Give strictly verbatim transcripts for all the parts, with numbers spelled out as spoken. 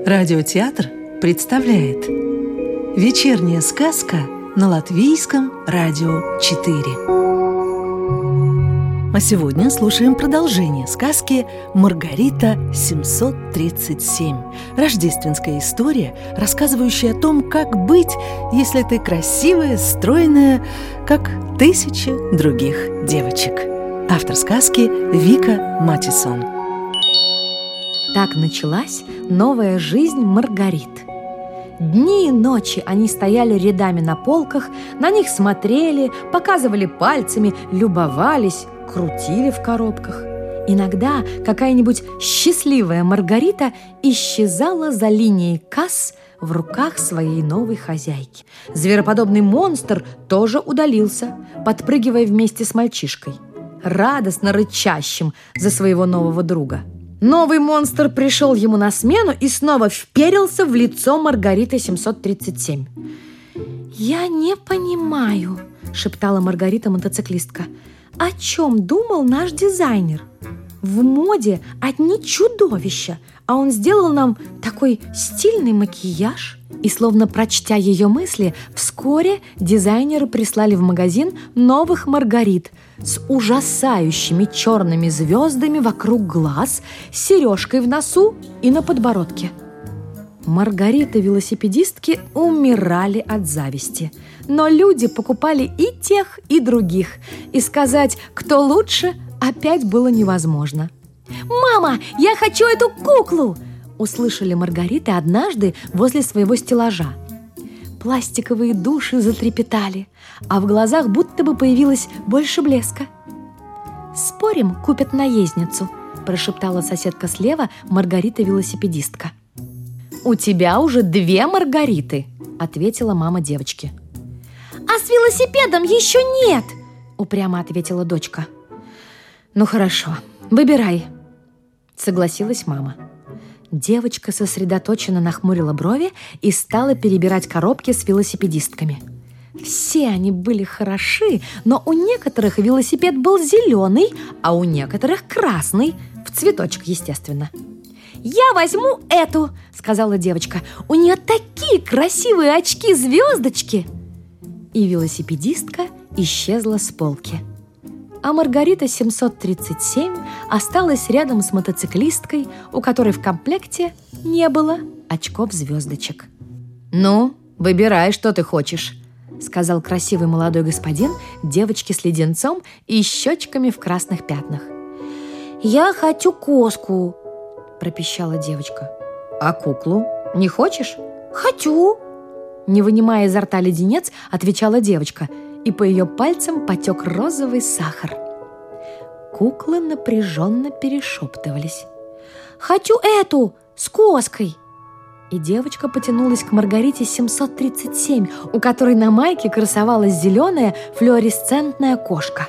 Радиотеатр представляет «Вечерняя сказка» на Латвийском радио четыре. А сегодня слушаем продолжение сказки «Маргарита семьсот тридцать семь». Рождественская история, рассказывающая о том, как быть, если ты красивая, стройная, как тысячи других девочек. Автор сказки Вика Матисон. Так началась новая жизнь Маргарит. Дни и ночи они стояли рядами на полках, на них смотрели, показывали пальцами, любовались, крутили в коробках. Иногда какая-нибудь счастливая Маргарита исчезала за линией касс в руках своей новой хозяйки. Звероподобный монстр тоже удалился, подпрыгивая вместе с мальчишкой, радостно рычащим за своего нового друга. Новый монстр пришел ему на смену и снова вперился в лицо Маргариты семьсот тридцать семь. «Я не понимаю», — шептала Маргарита-мотоциклистка, «о чем думал наш дизайнер? В моде одни чудовища, а он сделал нам такой стильный макияж». И, словно прочтя ее мысли, вскоре дизайнеры прислали в магазин новых Маргарит с ужасающими черными звездами вокруг глаз, с сережкой в носу и на подбородке. Маргариты-велосипедистки умирали от зависти, но люди покупали и тех, и других, и сказать, кто лучше, опять было невозможно. «Мама, я хочу эту куклу!» услышали Маргариты однажды возле своего стеллажа. Пластиковые души затрепетали, а в глазах будто бы появилось больше блеска. «Спорим, купят наездницу», – прошептала соседка слева Маргарита-велосипедистка. «У тебя уже две Маргариты», – ответила мама девочки. «А с велосипедом еще нет», – упрямо ответила дочка. «Ну хорошо, выбирай», – согласилась мама. Девочка сосредоточенно нахмурила брови и стала перебирать коробки с велосипедистками. Все они были хороши, но у некоторых велосипед был зеленый, а у некоторых красный, в цветочек, естественно. «Я возьму эту», — сказала девочка. «У нее такие красивые очки-звездочки!» И велосипедистка исчезла с полки. А Маргарита семьсот тридцать семь осталась рядом с мотоциклисткой, у которой в комплекте не было очков-звездочек. «Ну, выбирай, что ты хочешь», — сказал красивый молодой господин девочке с леденцом и щечками в красных пятнах. «Я хочу кошку», — пропищала девочка. «А куклу не хочешь?» «Хочу», — не вынимая изо рта леденец, отвечала девочка, и по ее пальцам потек розовый сахар. Куклы напряженно перешептывались. «Хочу эту, с коской!» И девочка потянулась к Маргарите семьсот тридцать семь, у которой на майке красовалась зеленая флуоресцентная кошка.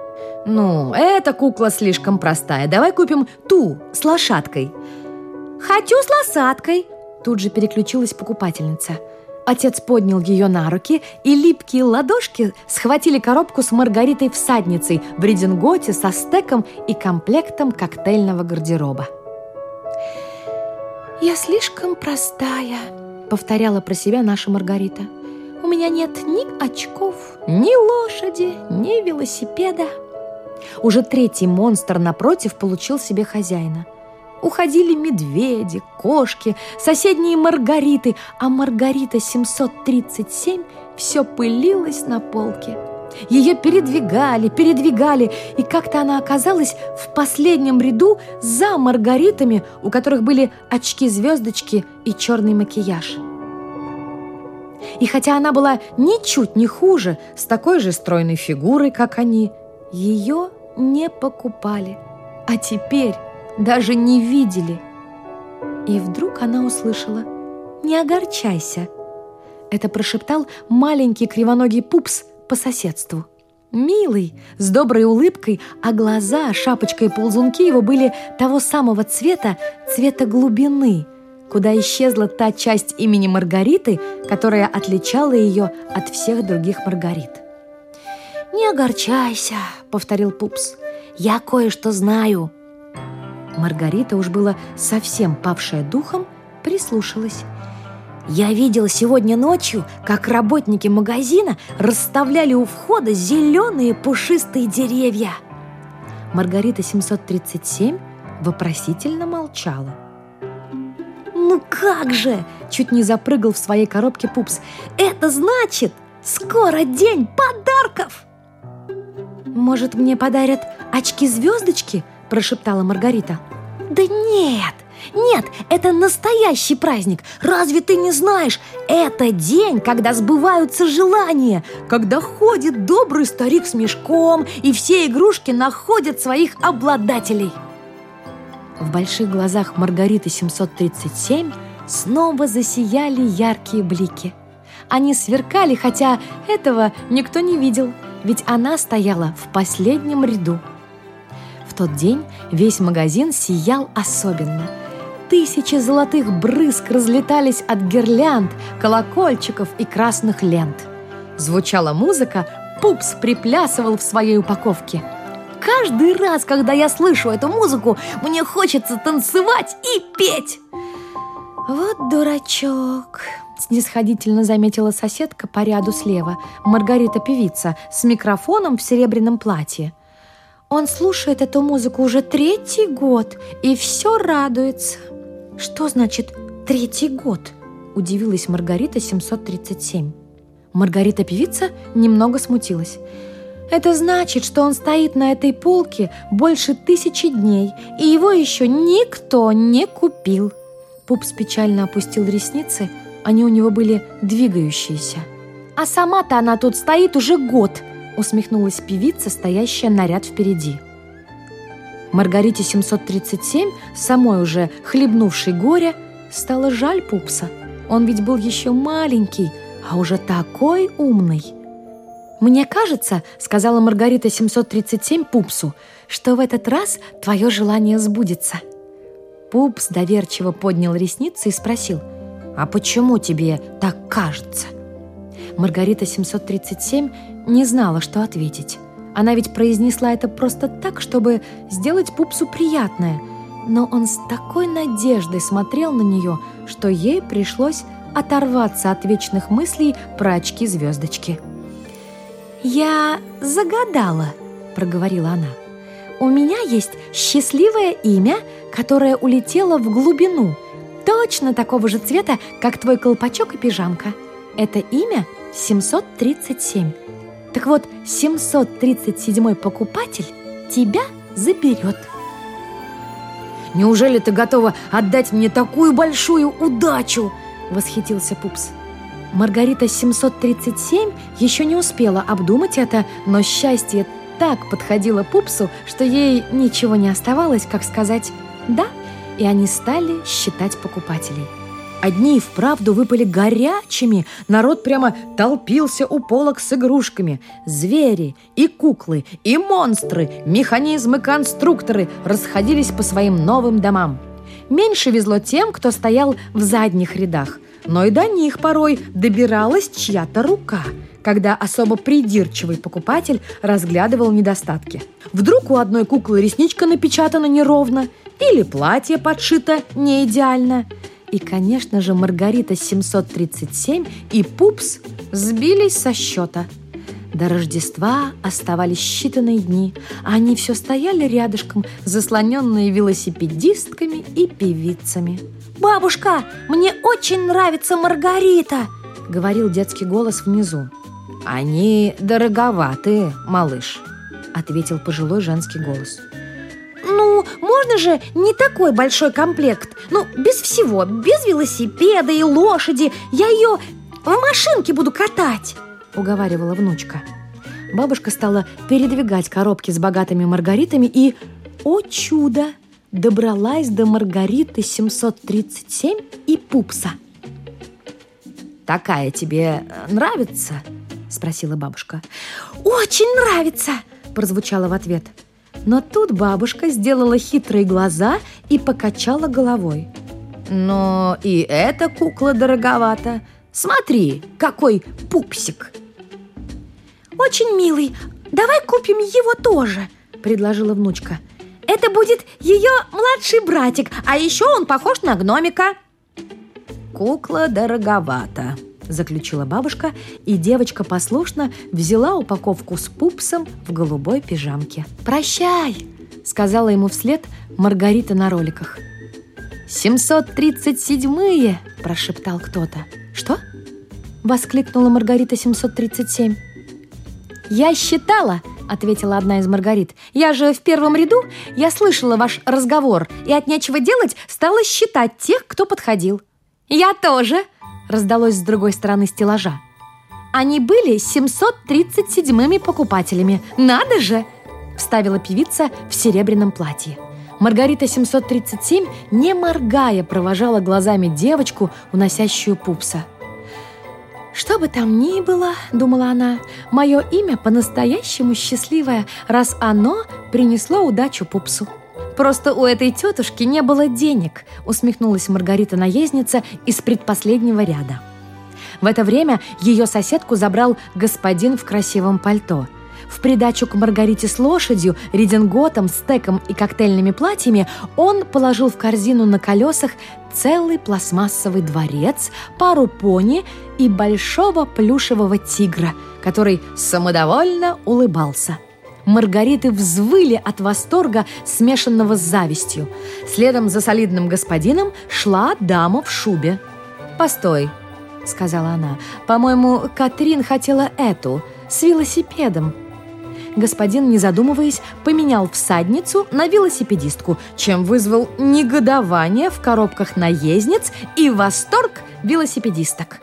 «Ну, эта кукла слишком простая. Давай купим ту, с лошадкой». «Хочу с лосаткой!» Тут же переключилась покупательница. Отец поднял ее на руки, и липкие ладошки схватили коробку с Маргаритой-всадницей в рединготе со стеком и комплектом коктейльного гардероба. «Я слишком простая», — повторяла про себя наша Маргарита. «У меня нет ни очков, ни лошади, ни велосипеда». Уже третий монстр напротив получил себе хозяина. Уходили медведи, кошки, соседние Маргариты, а Маргарита семьсот тридцать семь все пылилась на полке. Ее передвигали, передвигали, и как-то она оказалась в последнем ряду за Маргаритами, у которых были очки-звездочки и черный макияж. И хотя она была ничуть не хуже, с такой же стройной фигурой, как они, ее не покупали. А теперь даже не видели. И вдруг она услышала: «Не огорчайся». Это прошептал маленький кривоногий пупс по соседству. Милый, с доброй улыбкой, а глаза, шапочка и ползунки его были того самого цвета, цвета глубины, куда исчезла та часть имени Маргариты, которая отличала ее от всех других Маргарит. «Не огорчайся», — повторил пупс, — «я кое-что знаю». Маргарита уж была совсем павшая духом, прислушалась. «Я видела сегодня ночью, как работники магазина расставляли у входа зеленые пушистые деревья». Маргарита семьсот тридцать семь вопросительно молчала. «Ну как же!» – чуть не запрыгал в своей коробке Пупс. «Это значит, скоро день подарков!» «Может, мне подарят очки-звездочки?» – прошептала Маргарита. «Да нет, нет, это настоящий праздник. Разве ты не знаешь? Это день, когда сбываются желания, когда ходит добрый старик с мешком, и все игрушки находят своих обладателей». В больших глазах Маргариты семьсот тридцать семь снова засияли яркие блики. Они сверкали, хотя этого никто не видел, ведь она стояла в последнем ряду. В тот день весь магазин сиял особенно. Тысячи золотых брызг разлетались от гирлянд, колокольчиков и красных лент. Звучала музыка, Пупс приплясывал в своей упаковке. Каждый раз, когда я слышу эту музыку, мне хочется танцевать и петь. «Вот дурачок», — снисходительно заметила соседка по ряду слева, Маргарита-певица, с микрофоном в серебряном платье. «Он слушает эту музыку уже третий год и все радуется». «Что значит третий год?» – удивилась Маргарита семьсот тридцать семь. Маргарита-певица немного смутилась. «Это значит, что он стоит на этой полке больше тысячи дней, и его еще никто не купил». Пупс печально опустил ресницы, они у него были двигающиеся. «А сама-то она тут стоит уже год», – усмехнулась певица, стоящая на ряд впереди. Маргарите семьсот тридцать семь, самой уже хлебнувшей горе, стало жаль Пупса. Он ведь был еще маленький, а уже такой умный. «Мне кажется, — сказала Маргарита семьсот тридцать семь Пупсу, — что в этот раз твое желание сбудется». Пупс доверчиво поднял ресницы и спросил: «А почему тебе так кажется?» Маргарита семьсот тридцать семь не знала, что ответить. Она ведь произнесла это просто так, чтобы сделать Пупсу приятное. Но он с такой надеждой смотрел на нее, что ей пришлось оторваться от вечных мыслей про очки-звездочки. «Я загадала», — проговорила она. «У меня есть счастливое имя, которое улетело в глубину, точно такого же цвета, как твой колпачок и пижамка. Это имя семьсот тридцать семь. Так вот, семьсот тридцать седьмой покупатель тебя заберет». «Неужели ты готова отдать мне такую большую удачу?» — восхитился Пупс. Маргарита семьсот тридцать семь еще не успела обдумать это, но счастье так подходило Пупсу, что ей ничего не оставалось, как сказать «да», и они стали считать покупателей. Одни и вправду выпали горячими, народ прямо толпился у полок с игрушками. Звери и куклы, и монстры, механизмы, конструкторы расходились по своим новым домам. Меньше везло тем, кто стоял в задних рядах, но и до них порой добиралась чья-то рука, когда особо придирчивый покупатель разглядывал недостатки. Вдруг у одной куклы ресничка напечатана неровно или платье подшито не идеально. И, конечно же, Маргарита семьсот тридцать семь и Пупс сбились со счета. До Рождества оставались считанные дни, а они все стояли рядышком, заслоненные велосипедистками и певицами. «Бабушка, мне очень нравится Маргарита!» — говорил детский голос внизу. «Они дороговатые, малыш», — ответил пожилой женский голос. «Ну, можно же не такой большой комплект. Ну, без всего, без велосипеда и лошади. Я ее в машинке буду катать», — уговаривала внучка. Бабушка стала передвигать коробки с богатыми маргаритами и, о чудо, добралась до Маргариты семьсот тридцать семь и Пупса. «Такая тебе нравится?» — спросила бабушка. «Очень нравится!» — прозвучало в ответ. Но тут бабушка сделала хитрые глаза и покачала головой. «Но и эта кукла дороговата. Смотри, какой пупсик!» «Очень милый, давай купим его тоже», — предложила внучка. «Это будет ее младший братик, а еще он похож на гномика». кукла дороговата», – заключила бабушка, и девочка послушно взяла упаковку с пупсом в голубой пижамке. «Прощай!» – сказала ему вслед Маргарита на роликах. «семьсот тридцать седьмые!» – прошептал кто-то. «Что?» – воскликнула Маргарита семьсот тридцать семь. «Я считала!» – ответила одна из Маргарит. «Я же в первом ряду, я слышала ваш разговор, и от нечего делать стала считать тех, кто подходил». «Я тоже!» – раздалось с другой стороны стеллажа. «Они были семьсот тридцать седьмыми покупателями. Надо же!» – вставила певица в серебряном платье. Маргарита семьсот тридцать семь, не моргая, провожала глазами девочку, уносящую пупса. «Что бы там ни было, — думала она, — мое имя по-настоящему счастливое, раз оно принесло удачу пупсу. Просто у этой тетушки не было денег», — усмехнулась Маргарита-наездница из предпоследнего ряда. В это время ее соседку забрал господин в красивом пальто. В придачу к Маргарите с лошадью, рединготом, стеком и коктейльными платьями он положил в корзину на колесах целый пластмассовый дворец, пару пони и большого плюшевого тигра, который самодовольно улыбался. Маргариты взвыли от восторга, смешанного с завистью. Следом за солидным господином шла дама в шубе. «Постой», — сказала она, — «по-моему, Катрин хотела эту, с велосипедом». Господин, не задумываясь, поменял всадницу на велосипедистку, чем вызвал негодование в коробках наездниц и восторг велосипедисток.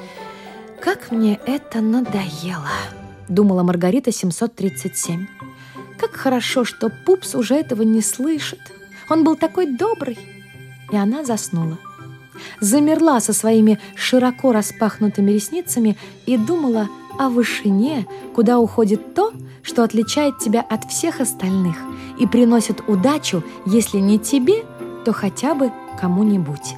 «Как мне это надоело!» — думала Маргарита семьсот тридцать семь. «Как хорошо, что пупс уже этого не слышит. Он был такой добрый!» И она заснула. Замерла со своими широко распахнутыми ресницами и думала о вышине, куда уходит то, что отличает тебя от всех остальных и приносит удачу, если не тебе, то хотя бы кому-нибудь.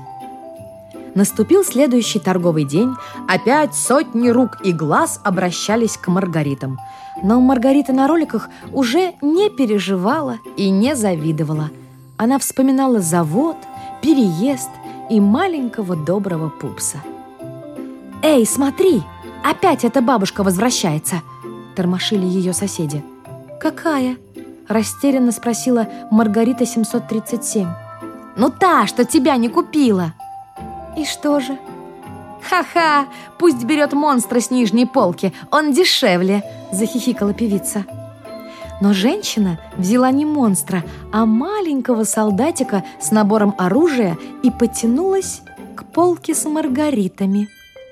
Наступил следующий торговый день. Опять сотни рук и глаз обращались к Маргаритам. Но Маргарита на роликах уже не переживала и не завидовала. Она вспоминала завод, переезд и маленького доброго пупса. «Эй, смотри! Опять эта бабушка возвращается!» — тормошили ее соседи. «Какая?» — растерянно спросила Маргарита семьсот тридцать семь. «Ну та, что тебя не купила!» «И что же?» «Ха-ха! Пусть берет монстра с нижней полки, он дешевле!» — захихикала певица. Но женщина взяла не монстра, а маленького солдатика с набором оружия и потянулась к полке с маргаритами.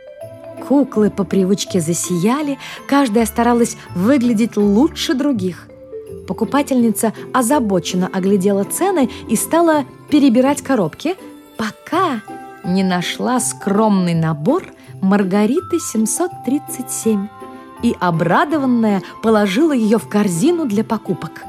Куклы по привычке засияли, каждая старалась выглядеть лучше других. Покупательница озабоченно оглядела цены и стала перебирать коробки, пока не нашла скромный набор Маргариты семьсот тридцать семь и, обрадованная, положила ее в корзину для покупок.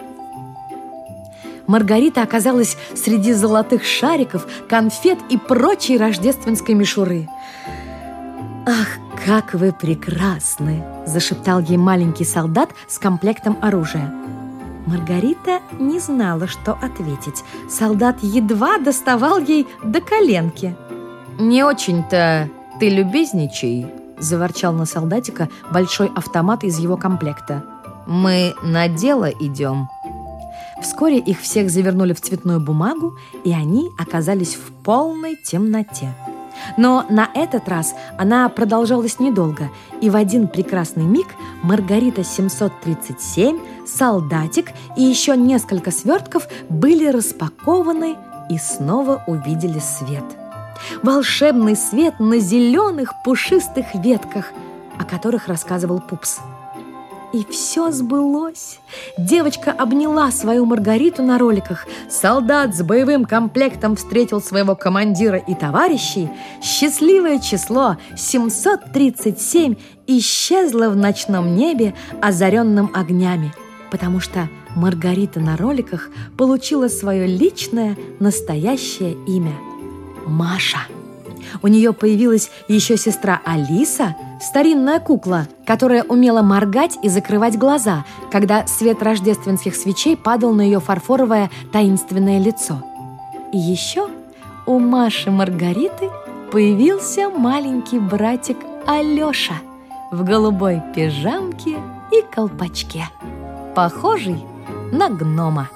Маргарита оказалась среди золотых шариков, конфет и прочей рождественской мишуры. «Ах, как вы прекрасны!» – зашептал ей маленький солдат с комплектом оружия. Маргарита не знала, что ответить. Солдат едва доставал ей до коленки. «Не очень-то ты любезничай», – заворчал на солдатика большой автомат из его комплекта. «Мы на дело идем». Вскоре их всех завернули в цветную бумагу, и они оказались в полной темноте. Но на этот раз она продолжалась недолго, и в один прекрасный миг Маргарита семьсот тридцать семь, солдатик и еще несколько свертков были распакованы и снова увидели свет. Волшебный свет на зеленых пушистых ветках, о которых рассказывал Пупс. И все сбылось. Девочка обняла свою Маргариту на роликах. Солдат с боевым комплектом встретил своего командира и товарищей. Счастливое число семьсот тридцать семь исчезло в ночном небе, озаренном огнями, потому что Маргарита на роликах получила свое личное настоящее имя – Маша. У нее появилась еще сестра Алиса, старинная кукла, которая умела моргать и закрывать глаза, когда свет рождественских свечей падал на ее фарфоровое таинственное лицо. И еще у Маши Маргариты появился маленький братик Алёша в голубой пижамке и колпачке, похожий на гнома.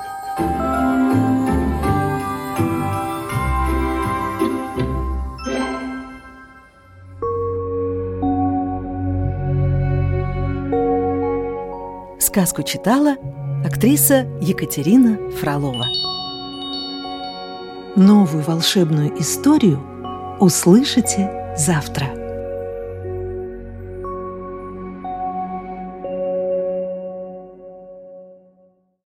Сказку читала актриса Екатерина Фролова. Новую волшебную историю услышите завтра.